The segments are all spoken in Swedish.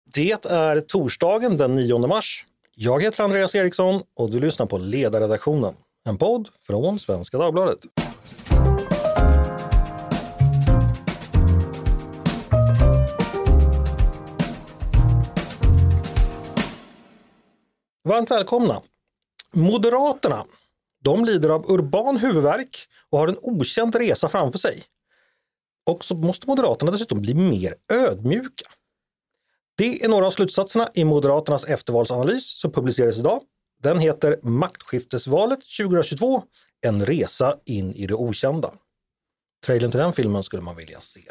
Det är torsdagen den 9 mars. Jag heter Andreas Eriksson och du lyssnar på Ledarredaktionen, en podd från Svenska Dagbladet. Varmt välkomna. Moderaterna, de lider av urban huvudvärk och har en okänd resa framför sig. Och så måste Moderaterna dessutom bli mer ödmjuka. Det är några av slutsatserna i Moderaternas eftervalsanalys som publiceras idag. Den heter Maktskiftesvalet 2022, en resa in i det okända. Trailern till den filmen skulle man vilja se.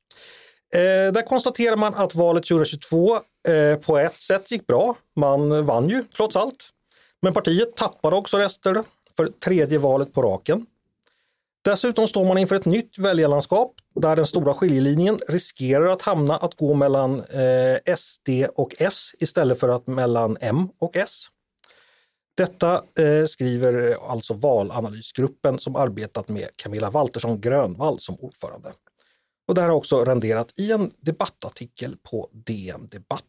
Där konstaterar man att valet 2022 på ett sätt gick bra. Man vann ju trots allt. Men partiet tappade också röster för tredje valet på raken. Dessutom står man inför ett nytt väljarlandskap där den stora skiljelinjen riskerar att hamna att gå mellan SD och S istället för att mellan M och S. Detta skriver alltså valanalysgruppen som arbetat med Camilla Waltersson Grönvall som ordförande. Och det här har också renderat i en debattartikel på DN Debatt.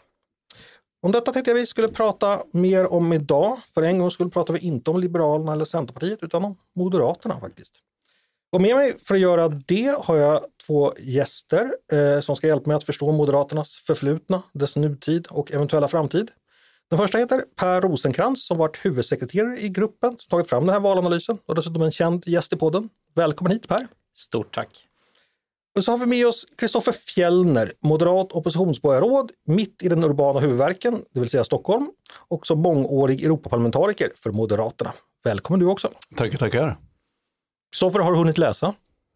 Om detta tänkte jag vi skulle prata mer om idag. För en gång skulle pratar vi inte om Liberalerna eller Centerpartiet utan om Moderaterna faktiskt. Och med mig för att göra det har jag två gäster som ska hjälpa mig att förstå Moderaternas förflutna, dess nutid och eventuella framtid. Den första heter Per Rosenkrantz som varit huvudsekreterare i gruppen som tagit fram den här valanalysen och dessutom en känd gäst i podden. Välkommen hit Per. Stort tack. Och så har vi med oss Kristoffer Fjellner, moderat oppositionsborgarråd mitt i den urbana huvudvärken, det vill säga Stockholm, och som mångårig Europaparlamentariker för Moderaterna. Välkommen du också. Tackar. Kristoffer, har du hunnit läsa?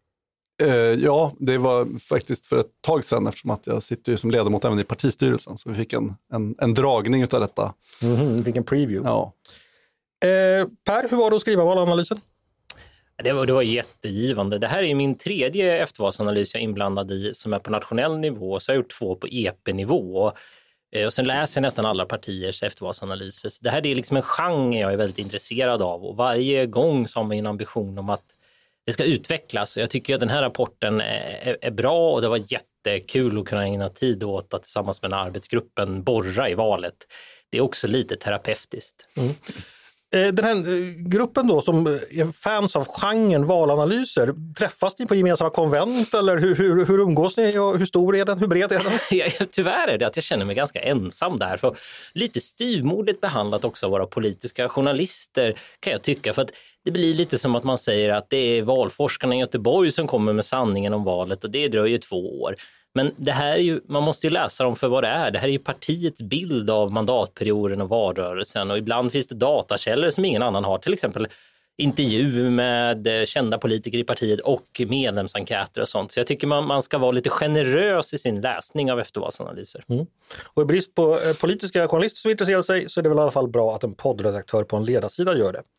Ja, det var faktiskt för ett tag sedan eftersom att jag sitter ju som ledamot även i partistyrelsen så vi fick en dragning utav detta. Vi fick en preview. Ja. Per, hur var det att skriva valanalysen? Det var jättegivande. Det här är min tredje eftervalsanalys jag är inblandad i som är på nationell nivå. Så jag har gjort 2 på EP-nivå. Och sen läser jag nästan alla partiers eftervalsanalyser. Det här är liksom en genre jag är väldigt intresserad av. Och varje gång så har man en ambition om att det ska utvecklas. Och jag tycker att den här rapporten är bra och det var jättekul att kunna ägna tid åt att tillsammans med den här arbetsgruppen borra i valet. Det är också lite terapeutiskt. Den här gruppen då som är fans av genren valanalyser, träffas ni på gemensamma konvent eller hur umgås ni och hur stor är den, hur bred är den? Ja, tyvärr är det att jag känner mig ganska ensam där, för lite styvmodigt behandlat också av våra politiska journalister kan jag tycka, för att det blir lite som att man säger att det är valforskarna i Göteborg som kommer med sanningen om valet och det dröjer 2 år. Men det här är ju, man måste ju läsa dem för vad det är. Det här är ju partiets bild av mandatperioden och valrörelsen och ibland finns det datakällor som ingen annan har. Till exempel intervju med kända politiker i partiet och medlemsenkäter och sånt. Så jag tycker man ska vara lite generös i sin läsning av eftervalsanalyser. Och i brist på politiska journalister som intresserar sig så är det väl i alla fall bra att en poddredaktör på en ledarsida gör det.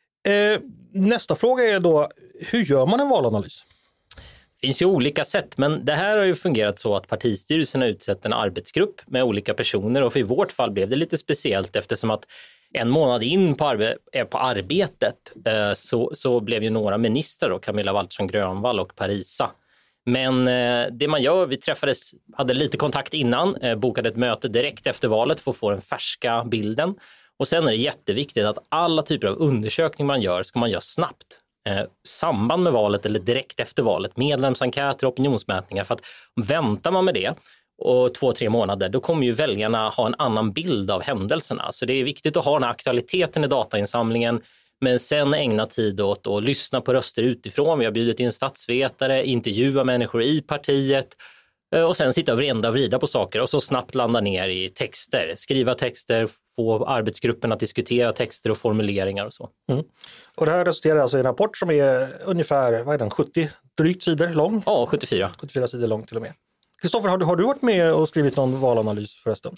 Nästa fråga är då, hur gör man en valanalys? Det finns ju olika sätt, men det här har ju fungerat så att partistyrelsen har utsett en arbetsgrupp med olika personer och för i vårt fall blev det lite speciellt eftersom att en månad in på arbetet så blev ju några ministrar då, Camilla Waltersson Grönvall och Parisa. Men det man gör, vi träffades, hade lite kontakt innan, bokade ett möte direkt efter valet för att få den färska bilden och sen är det jätteviktigt att alla typer av undersökningar man gör ska man göra snabbt. Samband med valet eller direkt efter valet, medlemsenkäter och opinionsmätningar, för att väntar man med det och 2-3 månader då kommer ju väljarna ha en annan bild av händelserna. Så det är viktigt att ha den här aktualiteten i datainsamlingen men sen ägna tid åt att lyssna på röster utifrån. Vi har bjudit in statsvetare, intervjua människor i partiet och sen sitta och vrida på saker och så snabbt landa ner i texter, skriva texter, få arbetsgruppen att diskutera texter och formuleringar och så. Och det här resulterar alltså i en rapport som är ungefär 70 drygt sidor lång? Ja, 74. 74 sidor lång till och med. Kristoffer, har du varit med och skrivit någon valanalys förresten?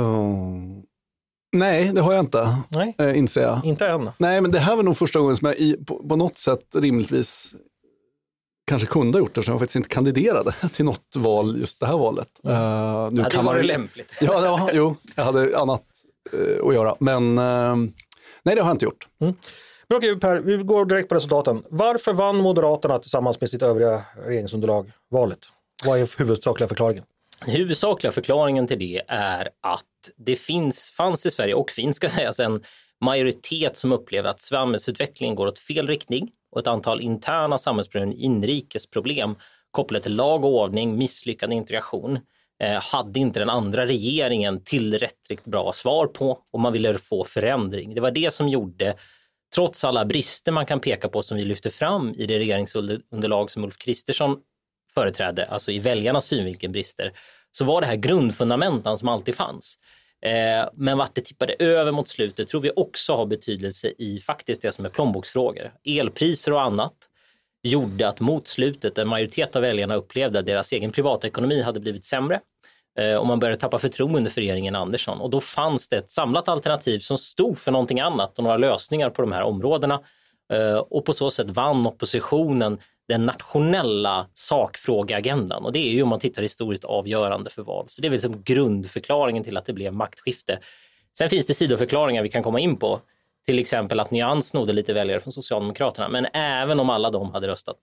Nej, det har jag inte. Nej. Inser jag. Inte än? Nej, men det här var nog första gången som jag på något sätt rimligtvis kanske kunde ha gjort det eftersom jag faktiskt inte kandiderade till något val just det här valet. Nu kan det lämpligt. Ja, jag hade annat att göra. Men nej, det har jag inte gjort. Men okej Per, vi går direkt på resultaten. Varför vann Moderaterna tillsammans med sitt övriga regeringsunderlag valet? Vad är huvudsakliga förklaringen? Den huvudsakliga förklaringen till det är att det fanns i Sverige och finns, ska sägas, en majoritet som upplever att samhällsutvecklingen går åt fel riktning och ett antal interna samhällsproblem, inrikesproblem kopplat till lag och ordning, misslyckad integration hade inte den andra regeringen tillräckligt bra svar på, och man ville få förändring. Det var det som gjorde, trots alla brister man kan peka på som vi lyfter fram i det regeringsunderlag som Ulf Kristersson företrädde, alltså i väljarnas synvinkel brister, så var det här grundfundamenten som alltid fanns. Men vart det tippade över mot slutet tror vi också har betydelse i faktiskt det som är plånboksfrågor. Elpriser och annat gjorde att mot slutet en majoritet av väljarna upplevde att deras egen privatekonomi hade blivit sämre och man började tappa förtroende för regeringen Andersson. Och då fanns det ett samlat alternativ som stod för någonting annat och några lösningar på de här områdena. Och på så sätt vann oppositionen den nationella sakfrågeagendan. Och det är ju, om man tittar historiskt, avgörande för val. Så det är väl som grundförklaringen till att det blev maktskifte. Sen finns det sidoförklaringar vi kan komma in på. Till exempel att Nyans snodde lite väljare från Socialdemokraterna. Men även om alla de hade röstat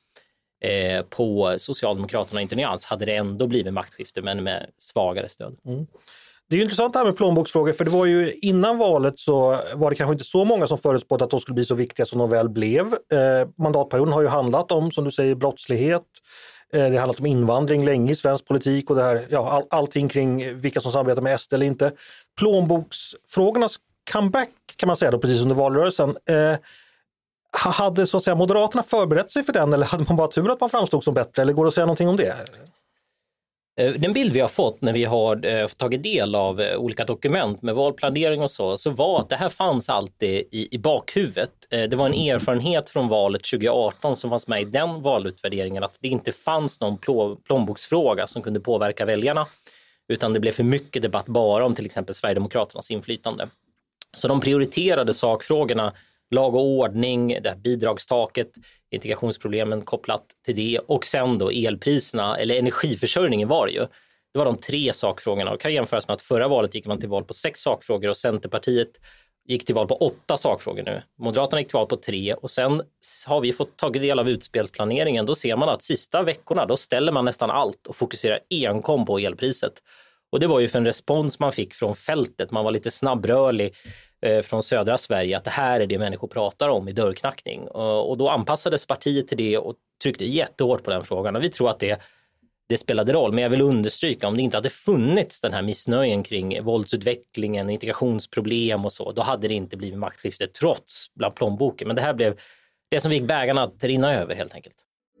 på Socialdemokraterna och inte Nyans, hade det ändå blivit maktskifte, men med svagare stöd. Mm. Det är ju intressant det här med plånboksfrågor, för det var ju innan valet så var det kanske inte så många som förutspådde att de skulle bli så viktiga som de väl blev. Mandatperioden har ju handlat om, som du säger, brottslighet. Det har handlat om invandring länge i svensk politik och det här, ja, allting kring vilka som samarbetar med SD eller inte. Plånboksfrågornas comeback kan man säga då, precis under valrörelsen. Hade så att säga Moderaterna förberett sig för den, eller hade man bara tur att man framstod som bättre, eller går det att säga någonting om det? Den bild vi har fått när vi har tagit del av olika dokument med valplanering och så var att det här fanns alltid i bakhuvudet. Det var en erfarenhet från valet 2018 som fanns med i den valutvärderingen, att det inte fanns någon plånboksfråga som kunde påverka väljarna, utan det blev för mycket debatt bara om till exempel Sverigedemokraternas inflytande. Så de prioriterade sakfrågorna, lag och ordning, det här bidragstaket, integrationsproblemen kopplat till det, och sen då elpriserna, eller energiförsörjningen var det ju. Det var de 3 sakfrågorna, och kan jämföras med att förra valet gick man till val på 6 sakfrågor och Centerpartiet gick till val på 8 sakfrågor nu. Moderaterna gick till val på 3, och sen har vi fått tagit del av utspelsplaneringen. Då ser man att sista veckorna då ställer man nästan allt och fokuserar enkom på elpriset. Och det var ju för en respons man fick från fältet. Man var lite snabbrörlig från södra Sverige, att det här är det människor pratar om i dörrknackning. Och då anpassades partiet till det och tryckte jättehårt på den frågan. Och vi tror att det spelade roll. Men jag vill understryka, om det inte hade funnits den här missnöjen kring våldsutvecklingen, integrationsproblem och så, då hade det inte blivit maktskifte trots bland plånboken. Men det här blev det som fick bägarna att rinna över helt enkelt.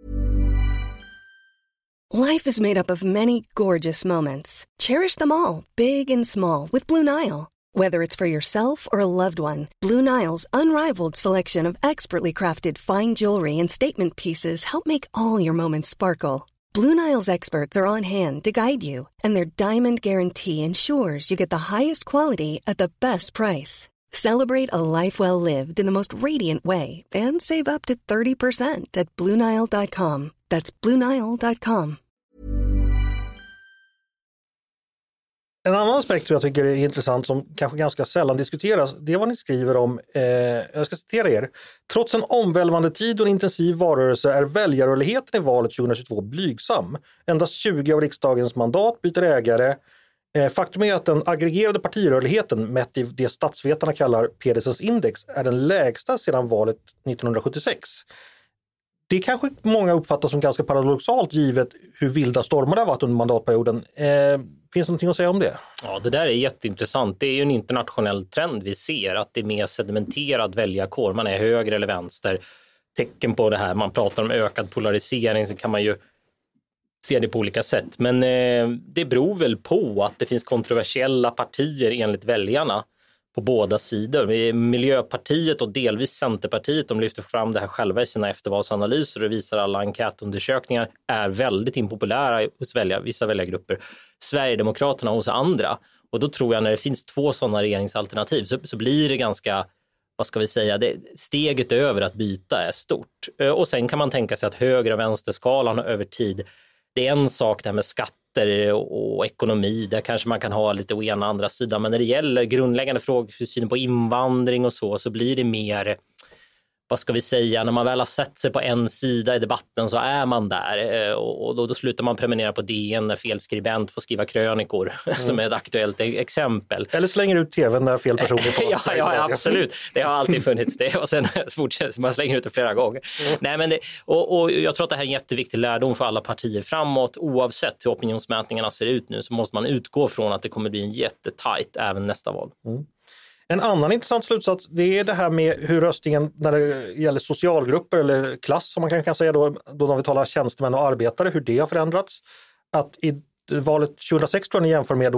Life is made up of many gorgeous moments. Cherish them all, big and small, with Blue Nile. Whether it's for yourself or a loved one, Blue Nile's unrivaled selection of expertly crafted fine jewelry and statement pieces help make all your moments sparkle. Blue Nile's experts are on hand to guide you, and their diamond guarantee ensures you get the highest quality at the best price. Celebrate a life well lived in the most radiant way and save up to 30% at BlueNile.com. That's BlueNile.com. En annan aspekt som jag tycker är intressant, som kanske ganska sällan diskuteras, det är vad ni skriver om, jag ska citera er. Trots en omvälvande tid och en intensiv valrörelse är väljarrörligheten i valet 2022 blygsam. Endast 20 av riksdagens mandat byter ägare. Faktum är att den aggregerade partirörligheten, mätt i det statsvetarna kallar Pedersens index, är den lägsta sedan valet 1976. Det kanske många uppfattar som ganska paradoxalt givet hur vilda stormar det har varit under mandatperioden. Finns det någonting att säga om det? Ja, det där är jätteintressant. Det är ju en internationell trend vi ser, att det är mer sedimenterad väljarkår. Man är höger eller vänster. Tecken på det här, man pratar om ökad polarisering, så kan man ju se det på olika sätt. Men det beror väl på att det finns kontroversiella partier enligt väljarna på båda sidor. Miljöpartiet och delvis Centerpartiet, de lyfter fram det här själva i sina eftervalsanalyser och visar alla enkätundersökningar är väldigt impopulära hos vissa väljargrupper. Sverigedemokraterna hos andra. Och då tror jag, när det finns 2 sådana regeringsalternativ så blir det ganska, vad ska vi säga, steget över att byta är stort. Och sen kan man tänka sig att höger- och vänsterskalan över tid, det är en sak det här med skatter och ekonomi, där kanske man kan ha lite å ena och andra sidan, men när det gäller grundläggande frågor för synen på invandring och så blir det mer, vad ska vi säga, när man väl har sett sig på en sida i debatten så är man där och då slutar man prenumerera på DN när fel skribent får skriva krönikor som är ett aktuellt exempel. Eller slänger ut tvn när fel person är på. Ja, absolut. Det har alltid funnits det och sen fortsätter man slänga ut det flera gånger. Nej, men och jag tror att det här är en jätteviktig lärdom för alla partier framåt. Oavsett hur opinionsmätningarna ser ut nu så måste man utgå från att det kommer bli en jättetajt även nästa val. En annan intressant slutsats, det är det här med hur röstningen när det gäller socialgrupper eller klass som man kan säga då när vi talar tjänstemän och arbetare, hur det har förändrats. Att i valet 2006 tror jag ni jämför med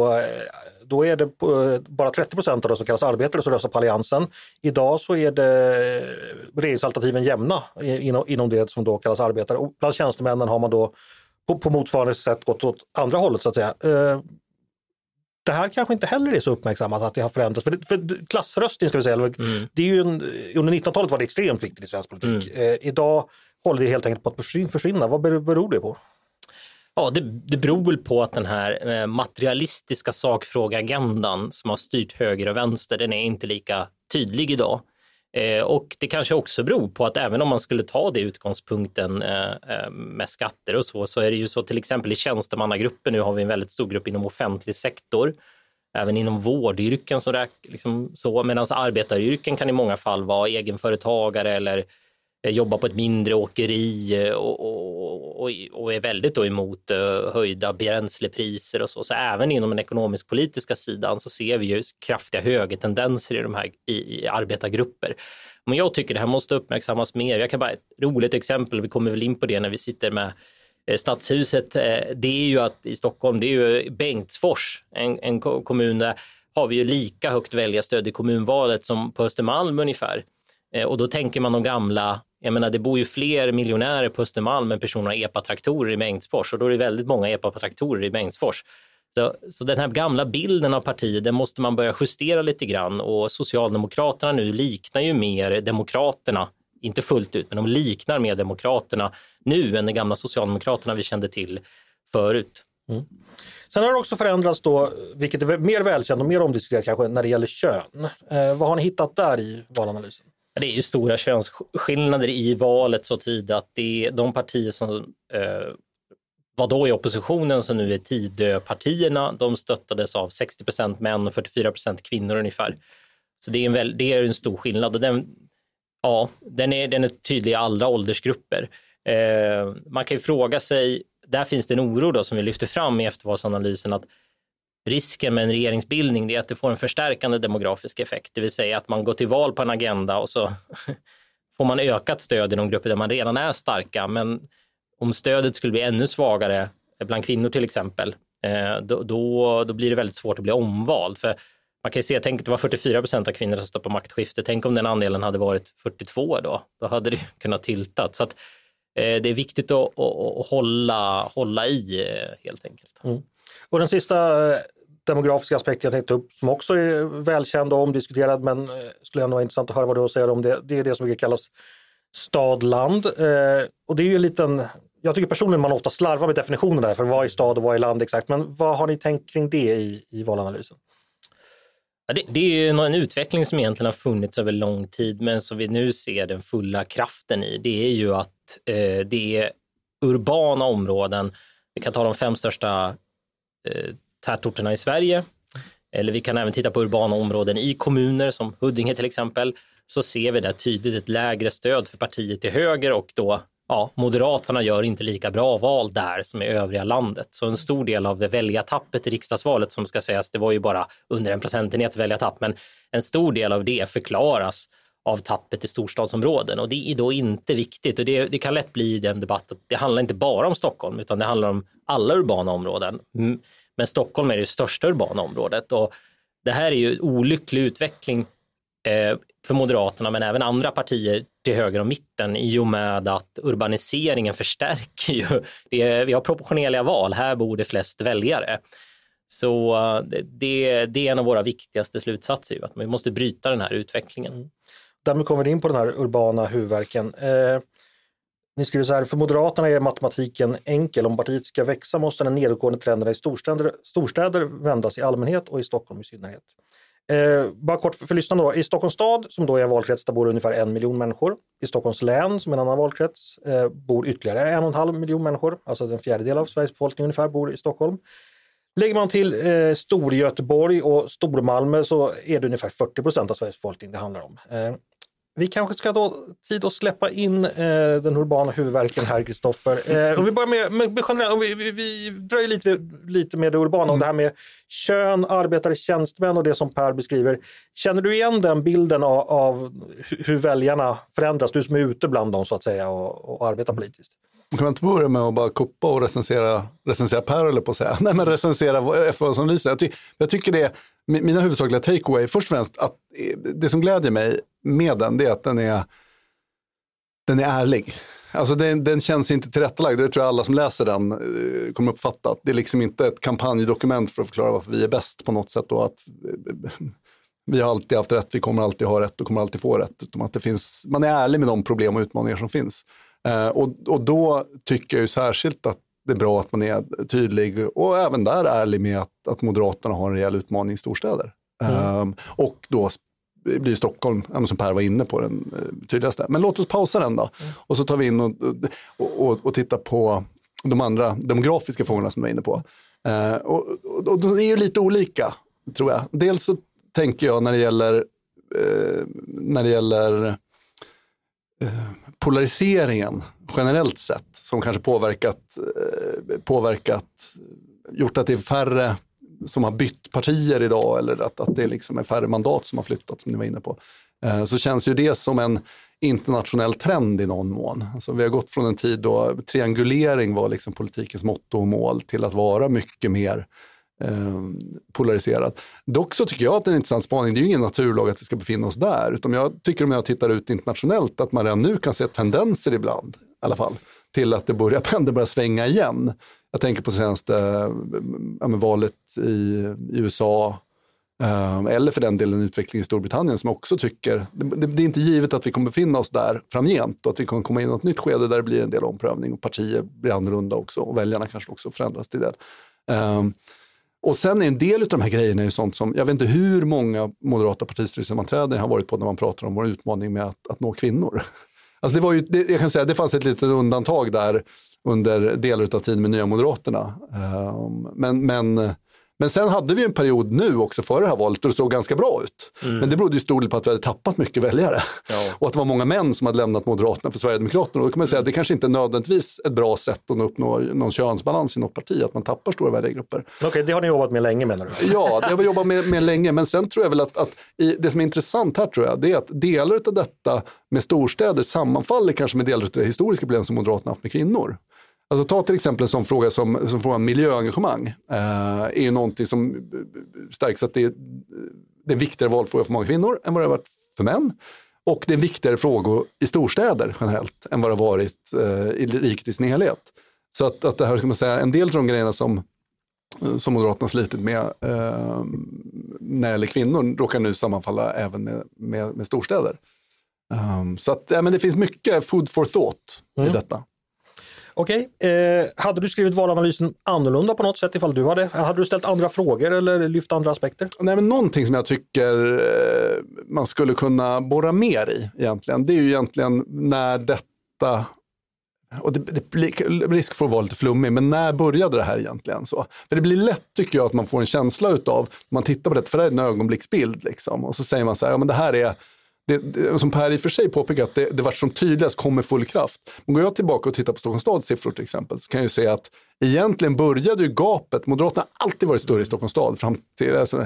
då är det bara 30% av de som kallas arbetare som röstar på alliansen. Idag så är det regeringsalternativen jämna inom det som då kallas arbetare. Och bland tjänstemännen har man då på motsvarande sätt gått åt andra hållet så att säga. Det här kanske inte heller är så uppmärksammat att det har förändrats. För klassröstning ska vi säga, det är ju under 1900-talet var det extremt viktigt i svensk politik. Idag håller det helt enkelt på att försvinna. Vad beror det på? Ja, det beror väl på att den här materialistiska sakfrågeagendan som har styrt höger och vänster, den är inte lika tydlig idag. Och det kanske också beror på att även om man skulle ta det utgångspunkten med skatter och så är det ju så till exempel i tjänstemannagruppen, nu har vi en väldigt stor grupp inom offentlig sektor, även inom vårdyrken medan arbetaryrken kan i många fall vara egenföretagare eller jobba på ett mindre åkeri och är väldigt då emot höjda bränslepriser och så. Så även inom den ekonomisk-politiska sidan så ser vi ju kraftiga högertendenser i de här i arbetargrupper. Men jag tycker det här måste uppmärksammas mer. Jag kan bara ett roligt exempel, vi kommer väl in på det när vi sitter med Stadshuset. Det är ju att i Stockholm, det är ju Bengtsfors, en kommun där har vi ju lika högt väljarstöd i kommunvalet som på Östermalm ungefär. Och då tänker man de gamla, jag menar det bor ju fler miljonärer på Östermalm än personer har EPA-traktorer i Bengtsfors och då är det väldigt många EPA-traktorer i Bengtsfors. Så den här gamla bilden av partiet, den måste man börja justera lite grann och Socialdemokraterna nu liknar ju mer Demokraterna, inte fullt ut, men de liknar mer Demokraterna nu än de gamla Socialdemokraterna vi kände till förut. Sen har det också förändrats då, vilket är mer välkänt och mer omdiskuterat kanske, när det gäller kön. Vad har ni hittat där i valanalysen? Det är ju stora könsskillnader i valet så tid att det är de partier som var då i oppositionen som nu är Tidöpartierna, de stöttades av 60% män och 44% kvinnor ungefär. Så det är en stor skillnad och den är tydlig i alla åldersgrupper. Man kan ju fråga sig, där finns det en oro då som vi lyfter fram i eftervalsanalysen att risken med en regeringsbildning är att det får en förstärkande demografisk effekt. Det vill säga att man går till val på en agenda och så får man ökat stöd i de grupper där man redan är starka. Men om stödet skulle bli ännu svagare bland kvinnor till exempel, då blir det väldigt svårt att bli omvald. För man kan ju se, tänk att det var 44% av kvinnor som stod på maktskifte. Tänk om den andelen hade varit 42 då hade det kunnat tiltat. Så att det är viktigt att hålla i helt enkelt. Och den sista demografiska aspekten jag tänkte upp som också är välkänd och omdiskuterad men skulle ändå vara intressant att höra vad du säger om det. Det är det som brukar kallas stad-land. Och det är ju en liten, jag tycker personligen man ofta slarvar med definitionen där för vad är stad och vad är land exakt. Men vad har ni tänkt kring det i valanalysen? Det är ju en utveckling som egentligen har funnits över lång tid men som vi nu ser den fulla kraften i. Det är ju att det är urbana områden. Vi kan ta de 5 största tätorterna i Sverige. Eller vi kan även titta på urbana områden i kommuner som Huddinge till exempel. Så ser vi där tydligt ett lägre stöd för partiet till höger och då Moderaterna gör inte lika bra val där som i övriga landet. Så en stor del av väljartappet i riksdagsvalet som ska sägas, det var ju bara under 1 procentenhet väljartapp, men en stor del av det förklaras av tappet i storstadsområden och det är då inte viktigt och det kan lätt bli den debatten. Det handlar inte bara om Stockholm utan det handlar om alla urbana områden. Men Stockholm är det största urbana området och det här är ju en olycklig utveckling för Moderaterna men även andra partier till höger och mitten i och med att urbaniseringen förstärker ju. Vi har proportionella val, här bor det flest väljare. Så det är en av våra viktigaste slutsatser ju, att vi måste bryta den här utvecklingen. Därmed kommer vi in på den här urbana huvudverken. Ni skriver så här, för Moderaterna är matematiken enkel. Om partiet ska växa måste den nedåtgående trenden i storstäder vändas i allmänhet och i Stockholm i synnerhet. Bara kort för lyssnarna då. I Stockholms stad, som då är en valkrets, där bor ungefär 1 miljon människor. I Stockholms län, som är en annan valkrets, bor ytterligare 1,5 miljon människor. Alltså en fjärdedel av Sveriges befolkning ungefär bor i Stockholm. Lägger man till Storgöteborg och Stormalmö så är det ungefär 40% av Sveriges befolkning det handlar om. Vi kanske ska då tid att släppa in den urbana huvudverken här, Kristoffer. Och vi börjar med generellt, vi dröjer lite med det urbana och det här med kön, arbetare, tjänstemän och det som Per beskriver. Känner du igen den bilden av hur väljarna förändras? Du som är ute bland dem så att säga och arbetar politiskt. Man kan inte börja med att bara kuppa och recensera Per eller på att säga. Nej, men recensera vad som lyser. Jag tycker det är mina huvudsakliga takeaway. Först och främst att det som glädjer mig med den, det är att den är ärlig. Alltså den känns inte tillrättalagd. Det tror jag alla som läser den kommer uppfatta. Det är liksom inte ett kampanjdokument för att förklara varför vi är bäst på något sätt. Och att vi har alltid haft rätt, vi kommer alltid ha rätt och kommer alltid få rätt. Utan att man är ärlig med de problem och utmaningar som finns. Och då tycker jag ju särskilt att det är bra att man är tydlig och även där ärlig med att Moderaterna har en rejäl utmaning i storstäder. Och då blir Stockholm, som Per var inne på, den tydligaste. Men låt oss pausa den då. Och så tar vi in och tittar på de andra demografiska frågorna som jag är inne på. Och de är ju lite olika, tror jag. Dels så tänker jag när det gäller polariseringen generellt sett, som kanske gjort att det är färre som har bytt partier idag, eller att det liksom är färre mandat som har flyttat, som ni var inne på, så känns ju det som en internationell trend i någon mån. Alltså vi har gått från en tid då triangulering var liksom politikens motto och mål till att vara mycket mer polariserad. Dock så tycker jag att det är en intressant spaning. Det är ju ingen naturlag att vi ska befinna oss där, utan jag tycker, om jag tittar ut internationellt, att man redan nu kan se tendenser ibland, i alla fall, till att det börjar svänga igen. Jag tänker på senaste valet i USA, eller för den delen utveckling i Storbritannien, som jag också tycker, det är inte givet att vi kommer befinna oss där framgent, och att vi kommer komma in i något nytt skede där det blir en del omprövning och partier blir annorlunda också, och väljarna kanske också förändras till det. Och sen är en del av de här grejerna är sånt som, jag vet inte hur många moderata partistyrelsesammanträden har varit på när man pratar om vår utmaning med att nå kvinnor. Alltså det var ju, jag kan säga, det fanns ett litet undantag där under delar av tiden med Nya Moderaterna. Men sen hade vi en period nu också före det här valet och det såg ganska bra ut. Men det berodde ju stor del på att vi hade tappat mycket väljare. Ja. Och att det var många män som hade lämnat Moderaterna för Sverigedemokraterna. Och då kan man säga att det kanske inte är nödvändigtvis ett bra sätt att uppnå någon könsbalans i något parti, att man tappar stora väljargrupper. Okej, det har ni jobbat med länge, menar du? Ja, det har vi jobbat med länge. Men sen tror jag väl att det som är intressant här, tror jag, det är att delar av detta med storstäder sammanfaller kanske med delar av det historiska problem som Moderaterna haft med kvinnor. Alltså ta till exempel en sån fråga som frågan miljöengagemang, är ju någonting som stärks, att det är en viktigare valfråga för många kvinnor än vad det har varit för män. Och det är en viktigare fråga i storstäder generellt än vad det har varit i riket i sin helhet. Så att det här, ska man säga, en del av de grejerna som Moderaterna slitit med när det gäller kvinnor råkar nu sammanfalla även med storstäder. Så att men det finns mycket food for thought i detta. Okej, hade du skrivit valanalysen annorlunda på något sätt ifall du hade du ställt andra frågor eller lyft andra aspekter? Nej, men någonting som jag tycker man skulle kunna borra mer i egentligen, det är ju egentligen när detta, och det blir risk för att vara lite flummig, men när började det här egentligen så? För det blir lätt, tycker jag, att man får en känsla utav, man tittar på det, för det är en ögonblicksbild liksom, och så säger man så här, ja men det här är det, som Per i och för sig påpekar, att det var som tydligast kommer full kraft. Men går jag tillbaka och tittar på Stockholms stads siffror till exempel, så kan jag ju säga att egentligen började ju gapet, Moderaterna har alltid varit större i Stockholms stad fram till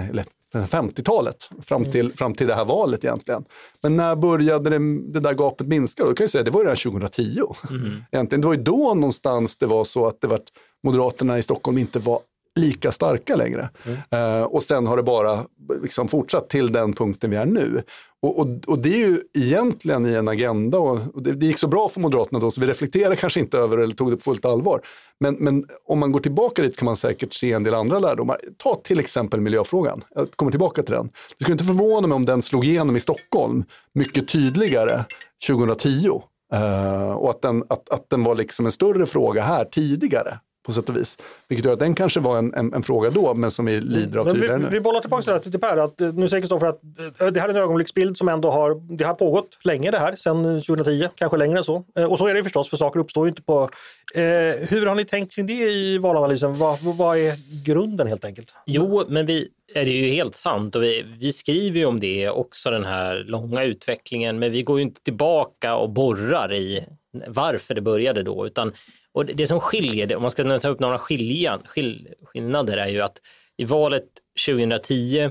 50-talet, fram till det här valet egentligen. Men när började det där gapet minska? Då kan jag säga det var redan 2010. Egentligen, det var ju då någonstans det var så att det var Moderaterna i Stockholm inte var lika starka längre. Och sen har det bara liksom fortsatt till den punkten vi är nu. Och det är ju egentligen i en agenda, och det gick så bra för Moderaterna då, så vi reflekterar kanske inte över eller tog det på fullt allvar. Men om man går tillbaka dit kan man säkert se en del andra lärdomar. Ta till exempel miljöfrågan. Jag kommer tillbaka till den. Det skulle inte förvåna mig om den slog igenom i Stockholm mycket tydligare 2010. Och att den var liksom en större fråga här tidigare på sätt och vis. Vilket gör att den kanske var en fråga då, men som vi lider av tydligare nu. Vi bollar tillbaka till Per, att nu säger Kristoffer att det här är en ögonblicksbild som ändå har pågått länge det här, sedan 2010, kanske längre än så. Och så är det förstås, för saker uppstår ju inte på... hur har ni tänkt kring det i valanalysen? Vad är grunden helt enkelt? Jo, men det är ju helt sant och vi skriver ju om det också, den här långa utvecklingen, men vi går ju inte tillbaka och borrar i varför det började då, utan och det som skiljer det, om man ska ta upp några skillnader, är ju att i valet 2010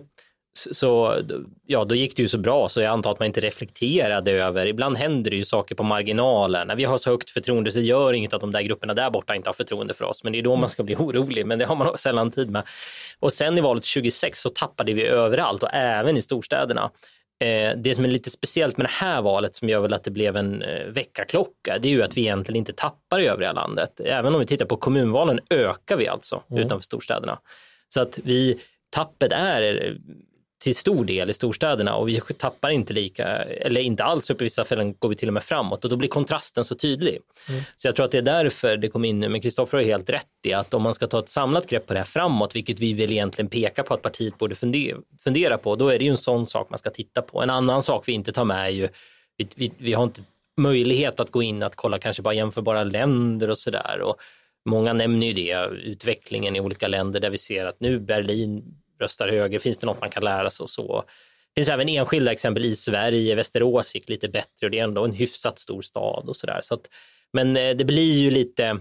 så då gick det ju så bra så jag antar att man inte reflekterade över, ibland händer det ju saker på marginalen, när vi har så högt förtroende så gör inget att de där grupperna där borta inte har förtroende för oss, men det är då man ska bli orolig, men det har man sällan tid med. Och sen i valet 2026 så tappade vi överallt och även i storstäderna. Det som är lite speciellt med det här valet som gör väl att det blev en väckarklocka, det är ju att vi egentligen inte tappar i övriga landet. Även om vi tittar på kommunvalen ökar vi alltså utanför storstäderna. Så att tappet är till stor del i storstäderna och vi tappar inte inte alls, upp i vissa fall går vi till och med framåt och då blir kontrasten så tydlig. Så jag tror att det är därför det kom in nu, men Kristoffer har helt rätt i att om man ska ta ett samlat grepp på det här framåt, vilket vi vill egentligen peka på att partiet borde fundera på, då är det ju en sån sak man ska titta på. En annan sak vi inte tar med är ju, vi har inte möjlighet att gå in att kolla kanske bara jämförbara länder och sådär, och många nämner ju det, utvecklingen i olika länder där vi ser att nu Berlin röstar höger, finns det något man kan lära sig och så. Det finns även enskilda exempel i Sverige, Västerås gick lite bättre och det är ändå en hyfsat stor stad och sådär. Så men det blir ju lite,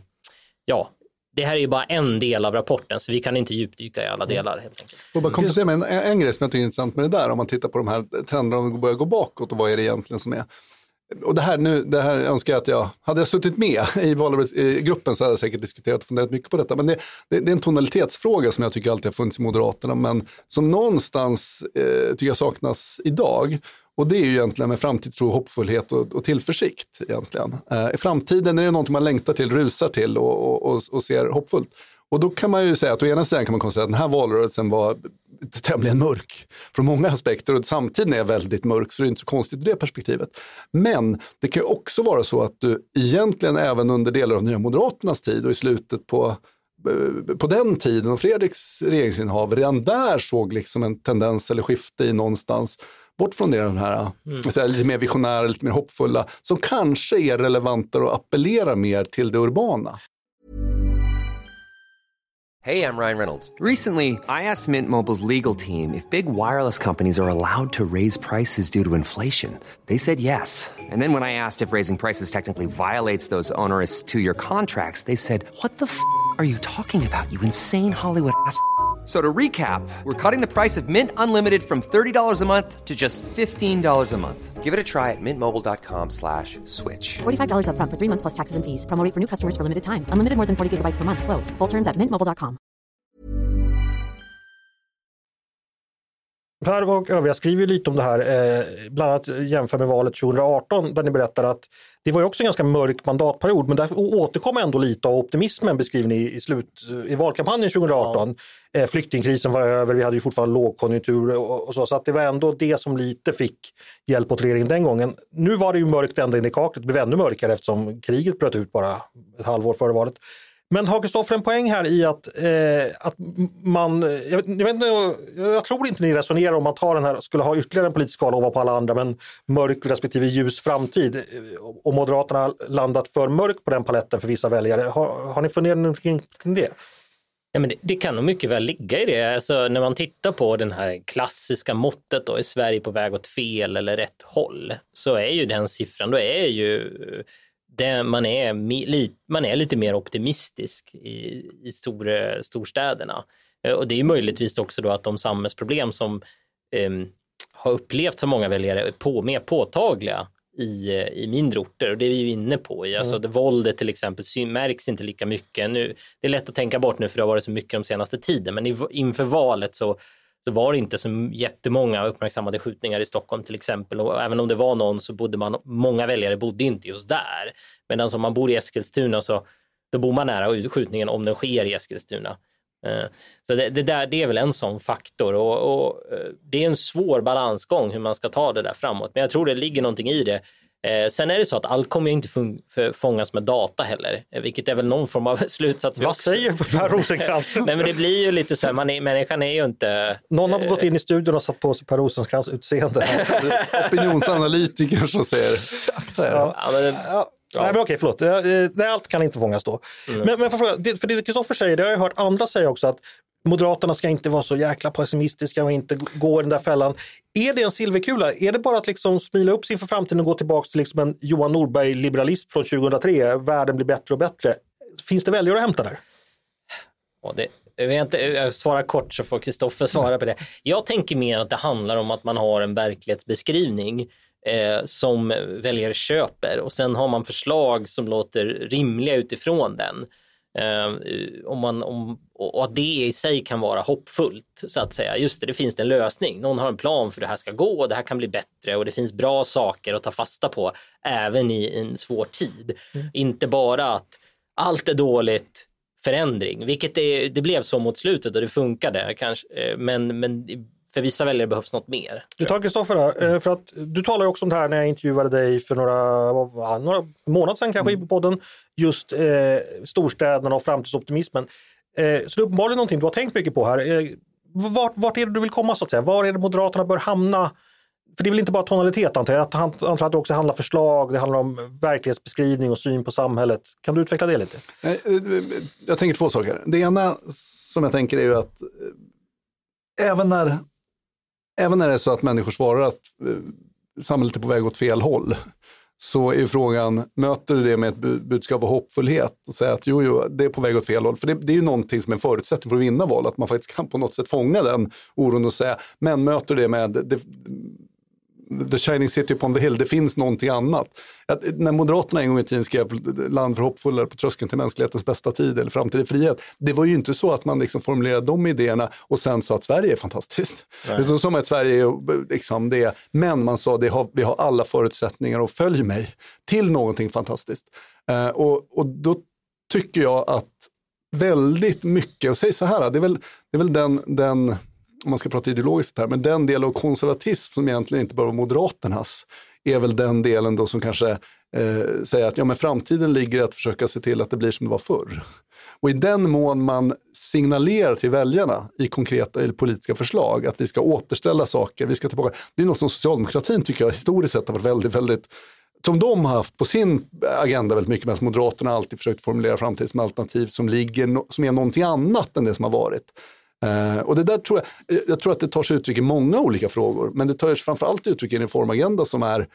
det här är ju bara en del av rapporten så vi kan inte djupdyka i alla delar helt enkelt. Och bara komplettera med en grej som jag tycker är intressant med det där, om man tittar på de här trenderna och börjar gå bakåt och vad är det egentligen som är. Och det här önskar jag att hade jag suttit med i gruppen så hade jag säkert diskuterat och funderat mycket på detta. Men det är en tonalitetsfråga som jag tycker alltid har funnits i Moderaterna, men som någonstans tycker jag saknas idag. Och det är ju egentligen med framtidstro, hoppfullhet och tillförsikt egentligen. I framtiden är det någonting man längtar till, rusar till och ser hoppfullt. Och då kan man ju säga att å ena sidan kan man konstatera att den här valrörelsen var tämligen mörk från många aspekter och samtiden är väldigt mörk, så det är inte så konstigt i det perspektivet. Men det kan ju också vara så att du egentligen även under delar av Nya Moderaternas tid och i slutet på den tiden och Fredriks regeringsinnehav redan där såg liksom en tendens eller skifte i någonstans bort från det, den här lite mer visionära, lite mer hoppfulla, som kanske är relevantare och appellerar mer till det urbana. Hey, I'm Ryan Reynolds. Recently, I asked Mint Mobile's legal team if big wireless companies are allowed to raise prices due to inflation. They said yes. And then when I asked if raising prices technically violates those onerous two-year contracts, they said, "What the f*** are you talking about, you insane Hollywood ass?" So to recap, we're cutting the price of Mint Unlimited from $30 a month to just $15 a month. Give it a try at mintmobile.com/switch. $45 up front for 3 months plus taxes and fees. Promo rate for new customers for limited time. Unlimited more than 40 gigabytes per month. Slows full terms at mintmobile.com. Per och övriga skriver ju lite om det här, bland annat jämför med valet 2018 där ni berättar att det var ju också en ganska mörk mandatperiod, men där återkom ändå lite av optimismen beskriven i valkampanjen 2018. Flyktingkrisen var över, vi hade ju fortfarande lågkonjunktur och så att det var ändå det som lite fick hjälp åt regeringen den gången. Nu var det ju mörkt ända in i kaklet, det blev ännu mörkare eftersom kriget bröt ut bara ett halvår före valet. Men har Kristoffer en poäng här i att man, jag tror inte ni resonerar om att skulle ha ytterligare en politisk skala ovanpå alla andra, men mörk respektive ljus framtid, och Moderaterna landat för mörk på den paletten för vissa väljare. Har ni funderat någonting kring det? Ja, men det kan nog mycket väl ligga i det. Alltså, när man tittar på den här klassiska måttet då, är Sverige på väg åt fel eller rätt håll, så är ju den siffran, då är ju man är lite mer optimistisk i storstäderna. Och det är möjligtvis också då att de samhällsproblem som har upplevts av många väljare är mer påtagliga i mindre orter, och det är vi ju inne på. Alltså våldet till exempel märks inte lika mycket nu. Det är lätt att tänka bort nu för det har varit så mycket de senaste tiden, men inför valet så var det inte så jättemånga uppmärksammade skjutningar i Stockholm till exempel, och även om det var någon så många väljare bodde inte just där. Medan om man bor i Eskilstuna så då bor man nära skjutningen om den sker i Eskilstuna. Så det är väl en sån faktor, och det är en svår balansgång hur man ska ta det där framåt. Men jag tror det ligger någonting i det. Sen är det så att allt kommer inte fångas med data heller, vilket är väl någon form av slutsats. Vad säger Per Rosenkrantz? Nej, men det blir ju lite så här, människan är ju inte... Någon har gått in i studion och satt på sig Per Rosenkrantz utseende. Opinionsanalytiker som säger Nej, men okej, förlåt. Nej, allt kan inte fångas då. Men för det Kristoffer säger, det har jag hört andra säga också, att Moderaterna ska inte vara så jäkla pessimistiska och inte gå i den där fällan. Är det en silverkula? Är det bara att liksom smila upp sig inför framtiden och gå tillbaka till liksom en Johan Norberg-liberalism från 2003? Världen blir bättre och bättre. Finns det väljare att hämta där? Jag svarar kort så får Kristoffer svara på det. Jag tänker mer att det handlar om att man har en verklighetsbeskrivning som väljare köper, och sen har man förslag som låter rimliga utifrån den. Och att det i sig kan vara hoppfullt, så att säga. Just det finns en lösning. Någon har en plan för det här ska gå och det här kan bli bättre, och det finns bra saker att ta fasta på även i en svår tid. Inte bara att allt är dåligt, förändring, vilket det blev så mot slutet och det funkade kanske, men för vissa väljare behövs något mer. Du tar Kristoffer, för att du talar ju också om det här när jag intervjuade dig för några månader sedan kanske i podden, just storstäderna och framtidsoptimismen. Så det är uppenbarligen någonting du har tänkt mycket på här. Vart är det du vill komma, så att säga? Var är det Moderaterna bör hamna? För det är väl inte bara tonalitet, antar jag. Jag antar att det också handlar förslag, det handlar om verklighetsbeskrivning och syn på samhället. Kan du utveckla det lite? Jag tänker två saker. Det ena som jag tänker är ju att även när det är så att människor svarar att samhället är på väg åt fel håll, så är ju frågan, möter du det med ett budskap av hoppfullhet och säga att jo, det är på väg åt fel håll? För det är ju någonting som är en förutsättning för att vinna val, att man faktiskt kan på något sätt fånga den oron och säga, men möter det med the shining city upon the hill, det finns någonting annat. När Moderaterna en gång i tiden skrev land för hoppfullare på tröskeln till mänsklighetens bästa tid eller framtid i frihet, det var ju inte så att man liksom formulerade de idéerna och sen sa att Sverige är fantastiskt. Utan som att Sverige är liksom det, men man sa vi har alla förutsättningar och följ mig till någonting fantastiskt. Och då tycker jag att väldigt mycket, och säg så här, det är väl den om man ska prata ideologiskt här, men den del av konservatism som egentligen inte bara var Moderaternas, är väl den delen då som kanske säger att men framtiden ligger i att försöka se till att det blir som det var förr. Och i den mån man signalerar till väljarna i konkreta eller politiska förslag att vi ska återställa saker, vi ska tillbaka. Det är något som socialdemokratin tycker jag historiskt sett har varit väldigt, väldigt, som de har haft på sin agenda väldigt mycket, medan Moderaterna alltid försökt formulera framtiden som alternativ som är någonting annat än det som har varit. Och det där jag tror att det tar sig uttryck i många olika frågor, men det tar sig framförallt uttryck i en reformagenda